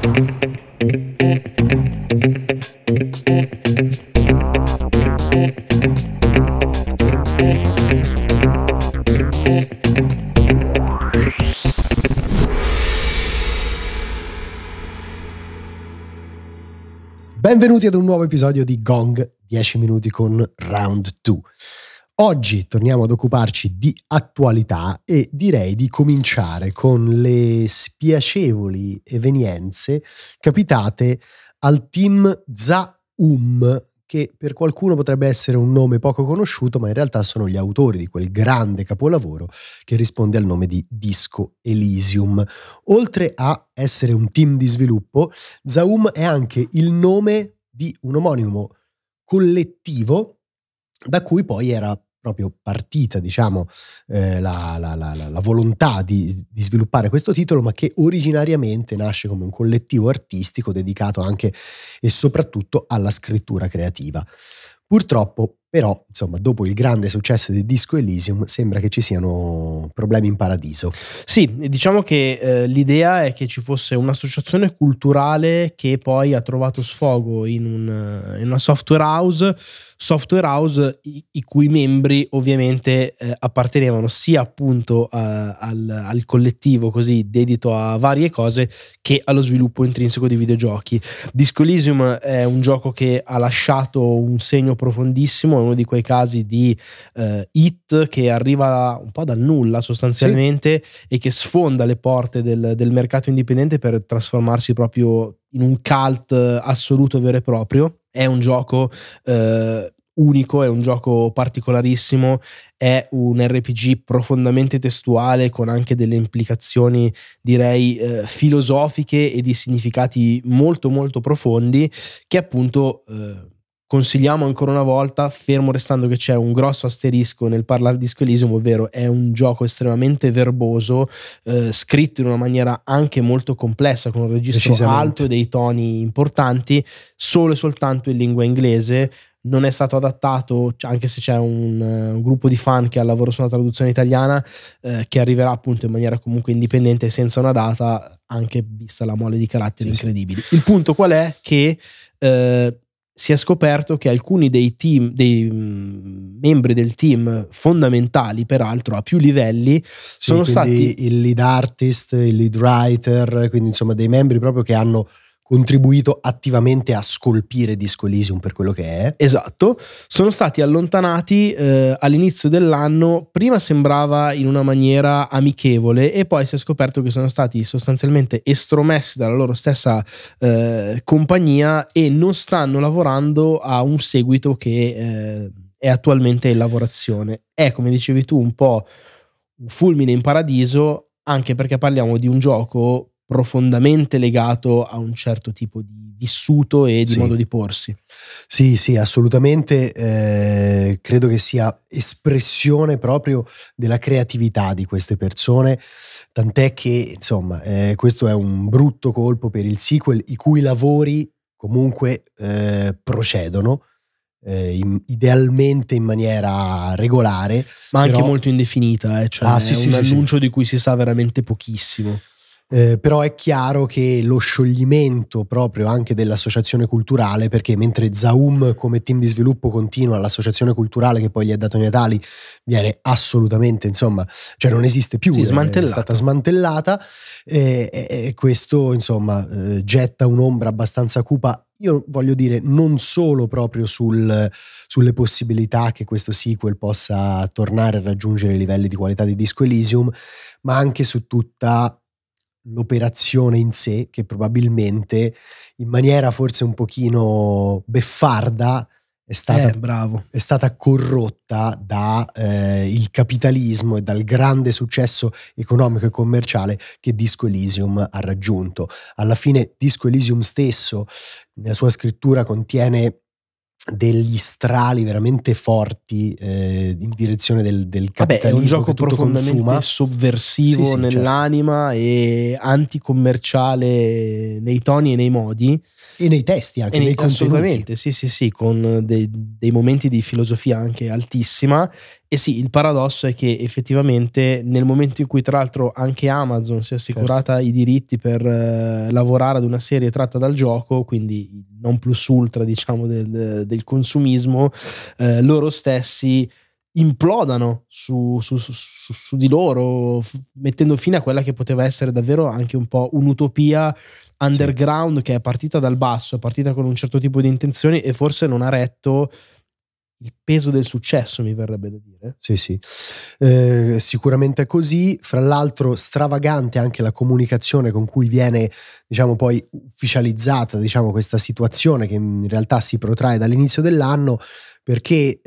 Benvenuti ad un nuovo episodio di Gong 10 minuti con Round 2. Oggi torniamo ad occuparci di attualità e direi di cominciare con le spiacevoli evenienze capitate al team Zaum, che per qualcuno potrebbe essere un nome poco conosciuto, ma in realtà sono gli autori di quel grande capolavoro che risponde al nome di Disco Elysium. Oltre a essere un team di sviluppo, Zaum è anche il nome di un omonimo collettivo da cui poi era proprio partita, diciamo, la volontà di sviluppare questo titolo, ma che originariamente nasce come un collettivo artistico dedicato anche e soprattutto alla scrittura creativa. Purtroppo, però, insomma, dopo il grande successo di Disco Elysium, sembra che ci siano problemi in paradiso. Sì, diciamo che l'idea è che ci fosse un'associazione culturale che poi ha trovato sfogo in una software house i cui membri ovviamente appartenevano sia appunto al collettivo così dedito a varie cose che allo sviluppo intrinseco di videogiochi. Disco Elysium è un gioco che ha lasciato un segno profondissimo, è uno di quei casi di hit che arriva un po' dal nulla sostanzialmente, sì, e che sfonda le porte del mercato indipendente per trasformarsi proprio in un cult assoluto vero e proprio. È un gioco unico, è un gioco particolarissimo, è un RPG profondamente testuale con anche delle implicazioni direi filosofiche e di significati molto molto profondi che appunto consigliamo ancora una volta, fermo restando che c'è un grosso asterisco nel parlare di Disco Elysium, ovvero è un gioco estremamente verboso, scritto in una maniera anche molto complessa, con un registro alto e dei toni importanti, solo e soltanto in lingua inglese. Non è stato adattato, anche se c'è un gruppo di fan che ha lavoro su una traduzione italiana che arriverà appunto in maniera comunque indipendente senza una data, anche vista la mole di caratteri incredibili. Il punto qual è? Che si è scoperto che alcuni dei membri del team fondamentali, peraltro a più livelli, sono stati il lead artist, il lead writer, quindi insomma dei membri proprio che hanno contribuito attivamente a scolpire Disco Elysium per quello che è. Esatto, sono stati allontanati all'inizio dell'anno. Prima sembrava in una maniera amichevole e poi si è scoperto che sono stati sostanzialmente estromessi dalla loro stessa compagnia e non stanno lavorando a un seguito che è attualmente in lavorazione. È, come dicevi tu, un po' un fulmine in paradiso, anche perché parliamo di un gioco profondamente legato a un certo tipo di vissuto e di modo di porsi. Sì, assolutamente. Credo che sia espressione proprio della creatività di queste persone, tant'è che insomma questo è un brutto colpo per il sequel, i cui lavori comunque procedono idealmente in maniera regolare, ma anche molto indefinita, cioè è un annuncio di cui si sa veramente pochissimo. Però è chiaro che lo scioglimento proprio anche dell'associazione culturale, perché mentre Zaum come team di sviluppo continua, l'associazione culturale che poi gli è dato nei tali viene assolutamente, insomma, cioè non esiste più, è stata smantellata, e questo insomma getta un'ombra abbastanza cupa, io voglio dire, non solo proprio sulle possibilità che questo sequel possa tornare a raggiungere i livelli di qualità di Disco Elysium, ma anche su tutta l'operazione in sé, che probabilmente in maniera forse un pochino beffarda è stata corrotta da il capitalismo e dal grande successo economico e commerciale che Disco Elysium ha raggiunto. Alla fine Disco Elysium stesso nella sua scrittura contiene degli strali veramente forti in direzione del capitalismo. È un gioco che tutto profondamente consuma, sovversivo nell'anima, certo, e anticommerciale nei toni e nei modi e nei testi, anche nei contenuti. Assolutamente, sì, con dei momenti di filosofia anche altissima, E sì, il paradosso è che effettivamente nel momento in cui tra l'altro anche Amazon si è assicurata i diritti per lavorare ad una serie tratta dal gioco, quindi il non plus ultra diciamo del consumismo, loro stessi implodano su di loro, mettendo fine a quella che poteva essere davvero anche un po' un'utopia underground, che è partita dal basso, è partita con un certo tipo di intenzioni e forse non ha retto il peso del successo, mi verrebbe da dire. Sì. Sicuramente è così. Fra l'altro stravagante anche la comunicazione con cui viene, diciamo, poi ufficializzata, diciamo, questa situazione che in realtà si protrae dall'inizio dell'anno, perché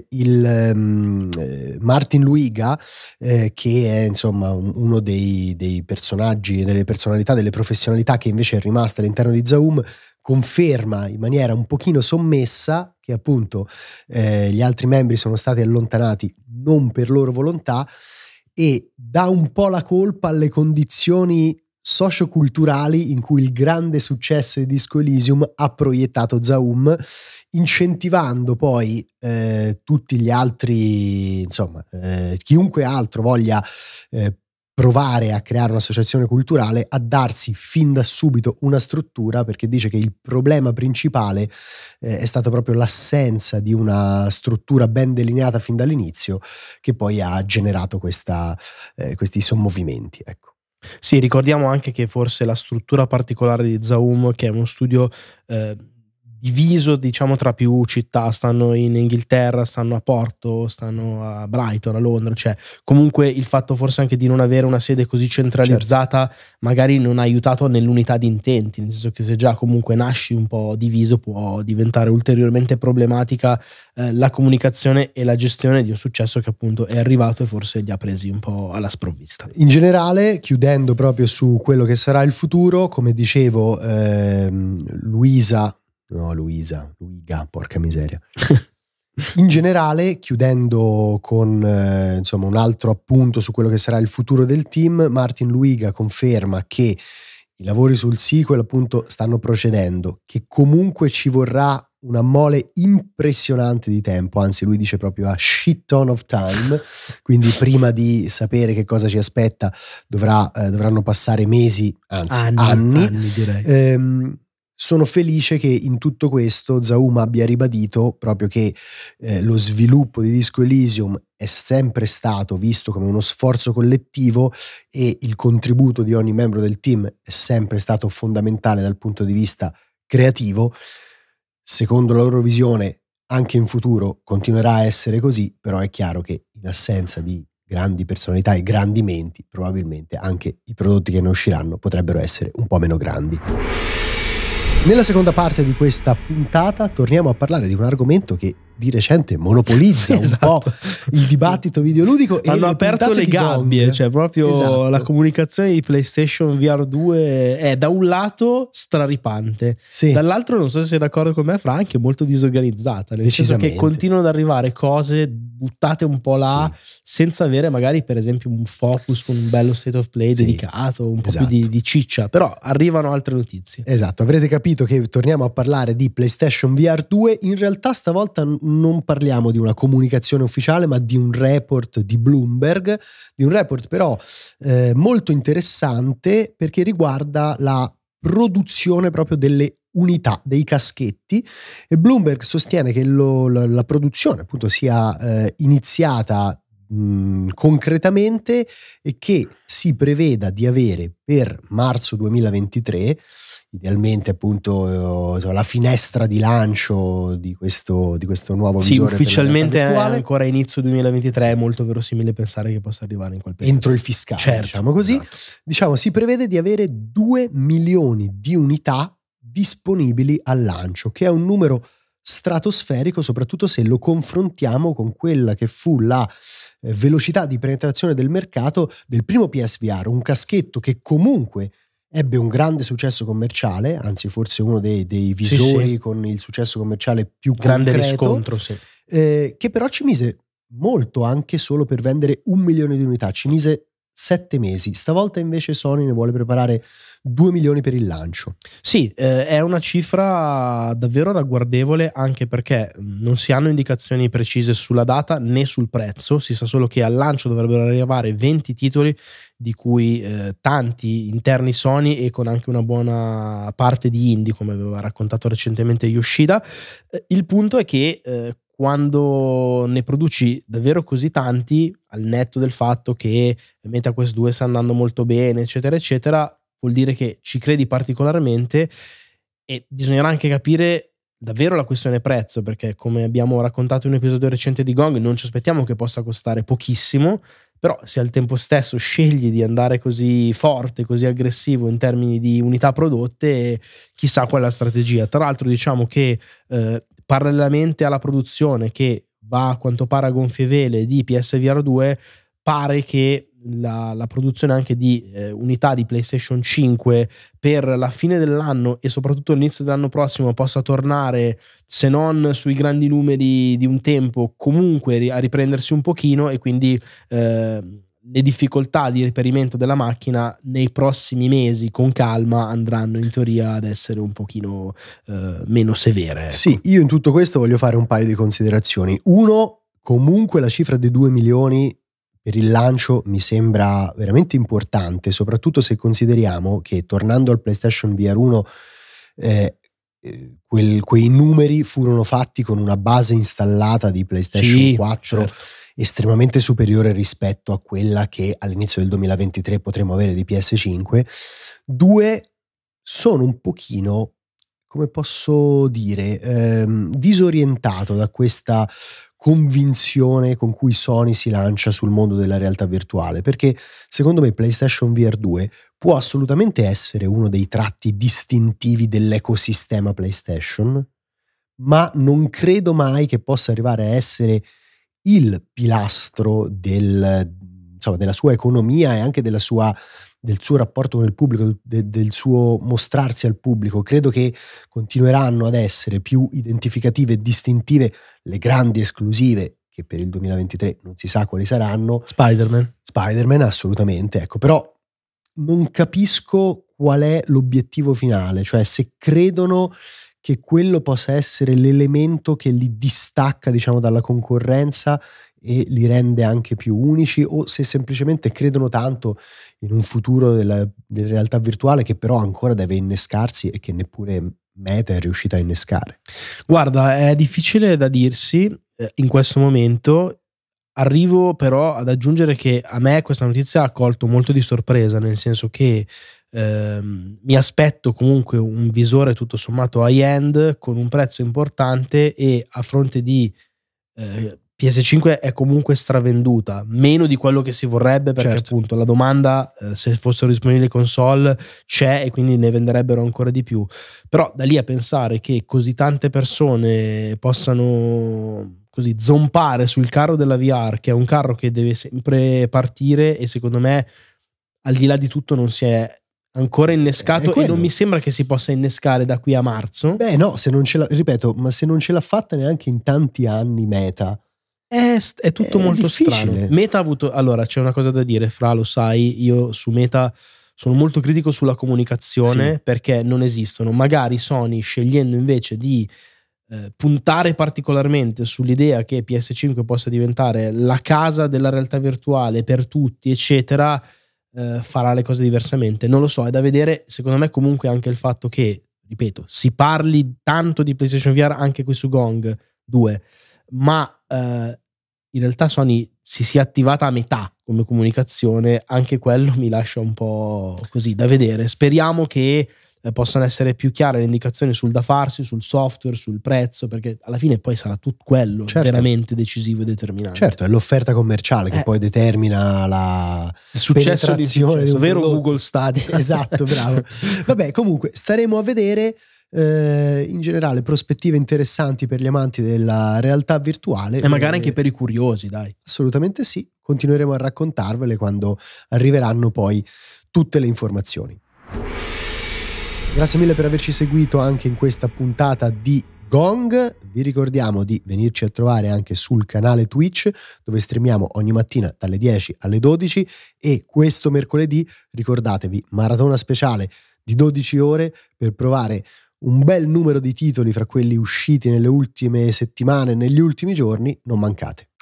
Martin Luiga, che è insomma uno dei personaggi, delle personalità, delle professionalità che invece è rimasta all'interno di Zaum, conferma in maniera un pochino sommessa che appunto gli altri membri sono stati allontanati non per loro volontà, e dà un po' la colpa alle condizioni socioculturali in cui il grande successo di Disco Elysium ha proiettato Zaum, incentivando poi tutti gli altri, insomma, chiunque altro voglia provare a creare un'associazione culturale, a darsi fin da subito una struttura, perché dice che il problema principale è stata proprio l'assenza di una struttura ben delineata fin dall'inizio, che poi ha generato questi sommovimenti, ecco. Sì, ricordiamo anche che forse la struttura particolare di Zaum, che è uno studio diviso diciamo tra più città, stanno in Inghilterra, stanno a Porto, stanno a Brighton, a Londra, cioè comunque il fatto forse anche di non avere una sede così centralizzata magari non ha aiutato nell'unità di intenti, nel senso che se già comunque nasci un po' diviso può diventare ulteriormente problematica la comunicazione e la gestione di un successo che appunto è arrivato e forse li ha presi un po' alla sprovvista. In generale, chiudendo proprio su quello che sarà il futuro, come dicevo, Luiga, porca miseria. In generale, chiudendo con insomma un altro appunto su quello che sarà il futuro del team, Martin Luiga conferma che i lavori sul sequel appunto stanno procedendo, che comunque ci vorrà una mole impressionante di tempo, anzi lui dice proprio a shit ton of time, quindi prima di sapere che cosa ci aspetta dovranno passare mesi, anzi anni direi. Sono felice che in tutto questo Zaum abbia ribadito proprio che lo sviluppo di Disco Elysium è sempre stato visto come uno sforzo collettivo e il contributo di ogni membro del team è sempre stato fondamentale dal punto di vista creativo. Secondo la loro visione anche in futuro continuerà a essere così, però è chiaro che in assenza di grandi personalità e grandi menti probabilmente anche i prodotti che ne usciranno potrebbero essere un po' meno grandi. Nella seconda parte di questa puntata torniamo a parlare di un argomento che di recente monopolizza un po' il dibattito videoludico. Hanno aperto le gabbie, cioè proprio la comunicazione di PlayStation VR 2 è da un lato straripante, dall'altro non so se sei d'accordo con me, Fra, anche molto disorganizzata, nel senso che continuano ad arrivare cose buttate un po' là senza avere magari per esempio un focus con un bello state of play dedicato, un po' più di ciccia, però arrivano altre notizie. Esatto, avrete capito che torniamo a parlare di PlayStation VR 2. In realtà stavolta non parliamo di una comunicazione ufficiale, ma di un report di Bloomberg, di un report però molto interessante perché riguarda la produzione proprio delle unità, dei caschetti, e Bloomberg sostiene che la produzione appunto sia iniziata concretamente e che si preveda di avere per marzo 2023, idealmente appunto la finestra di lancio di questo nuovo visore. Ufficialmente è ancora inizio 2023, è molto verosimile pensare che possa arrivare in quel periodo. Entro il fiscale, diciamo così. Esatto. Diciamo, si prevede di avere 2 milioni di unità disponibili al lancio, che è un numero stratosferico, soprattutto se lo confrontiamo con quella che fu la velocità di penetrazione del mercato del primo PSVR, un caschetto che comunque ebbe un grande successo commerciale, anzi forse uno dei visori con il successo commerciale più grande concreto, riscontro, che però ci mise molto anche solo per vendere 1 milione di unità, ci mise 7 mesi. Stavolta invece Sony ne vuole preparare 2 milioni per il lancio. Sì, è una cifra davvero ragguardevole, anche perché non si hanno indicazioni precise sulla data né sul prezzo. Si sa solo che al lancio dovrebbero arrivare 20 titoli, di cui tanti interni Sony e con anche una buona parte di indie, come aveva raccontato recentemente Yoshida. Il punto è che quando ne produci davvero così tanti, al netto del fatto che MetaQuest 2 sta andando molto bene, eccetera eccetera, vuol dire che ci credi particolarmente, e bisognerà anche capire davvero la questione prezzo, perché come abbiamo raccontato in un episodio recente di GOG, non ci aspettiamo che possa costare pochissimo, però se al tempo stesso scegli di andare così forte, così aggressivo in termini di unità prodotte, chissà qual è la strategia. Tra l'altro diciamo che parallelamente alla produzione, che va a quanto pare a gonfie vele, di PSVR 2, pare che la produzione anche di unità di PlayStation 5 per la fine dell'anno e soprattutto l'inizio dell'anno prossimo possa tornare, se non sui grandi numeri di un tempo, comunque a riprendersi un pochino, e quindi le difficoltà di reperimento della macchina nei prossimi mesi con calma andranno in teoria ad essere un pochino meno severe, ecco. Sì, io in tutto questo voglio fare un paio di considerazioni. Uno, comunque la cifra dei 2 milioni per il lancio mi sembra veramente importante, soprattutto se consideriamo che, tornando al PlayStation VR 1, quei numeri furono fatti con una base installata di PlayStation 4 certo, estremamente superiore rispetto a quella che all'inizio del 2023 potremo avere di PS5. 2, sono un pochino, come posso dire, disorientato da questa convinzione con cui Sony si lancia sul mondo della realtà virtuale, perché secondo me PlayStation VR 2 può assolutamente essere uno dei tratti distintivi dell'ecosistema PlayStation, ma non credo mai che possa arrivare a essere il pilastro della sua economia e anche del suo rapporto con il pubblico, del suo mostrarsi al pubblico. Credo che continueranno ad essere più identificative e distintive le grandi esclusive, che per il 2023 non si sa quali saranno. Spider-Man assolutamente, ecco. Però non capisco qual è l'obiettivo finale, cioè se credono che quello possa essere l'elemento che li distacca, diciamo, dalla concorrenza e li rende anche più unici, o se semplicemente credono tanto in un futuro della realtà virtuale che però ancora deve innescarsi e che neppure Meta è riuscita a innescare. Guarda, è difficile da dirsi in questo momento. Arrivo però ad aggiungere che a me questa notizia ha colto molto di sorpresa, nel senso che mi aspetto comunque un visore tutto sommato high-end con un prezzo importante, e a fronte di PS5 è comunque stravenduta, meno di quello che si vorrebbe, perché certo, appunto la domanda, se fossero disponibili console, c'è, e quindi ne venderebbero ancora di più. Però da lì a pensare che così tante persone possano così zompare sul carro della VR, che è un carro che deve sempre partire, e secondo me al di là di tutto non si è ancora innescato, e non mi sembra che si possa innescare da qui a marzo. Beh no, se non ce l'ha fatta neanche in tanti anni Meta, è tutto molto difficile. Strano. Meta ha avuto, allora c'è una cosa da dire, Fra, lo sai, io su Meta sono molto critico sulla comunicazione, sì, perché non esistono. Magari Sony, scegliendo invece di puntare particolarmente sull'idea che PS5 possa diventare la casa della realtà virtuale per tutti, eccetera, farà le cose diversamente. Non lo so, è da vedere. Secondo me comunque anche il fatto che, ripeto, si parli tanto di PlayStation VR anche qui su GOG 2, ma in realtà Sony si sia attivata a metà come comunicazione, anche quello mi lascia un po' così da vedere. Speriamo che possano essere più chiare le indicazioni sul da farsi, sul software, sul prezzo, perché alla fine poi sarà tutto quello, certo, veramente decisivo e determinante. Certo, è l'offerta commerciale che poi determina il successo di ovvero Google Stadia. Esatto, bravo. Vabbè, comunque staremo a vedere. In generale prospettive interessanti per gli amanti della realtà virtuale e magari anche per i curiosi, dai. Assolutamente sì, continueremo a raccontarvele quando arriveranno poi tutte le informazioni. Grazie mille per averci seguito anche in questa puntata di Gong. Vi ricordiamo di venirci a trovare anche sul canale Twitch, dove streamiamo ogni mattina dalle 10 alle 12, e questo mercoledì ricordatevi, maratona speciale di 12 ore per provare un bel numero di titoli fra quelli usciti nelle ultime settimane, negli ultimi giorni. Non mancate.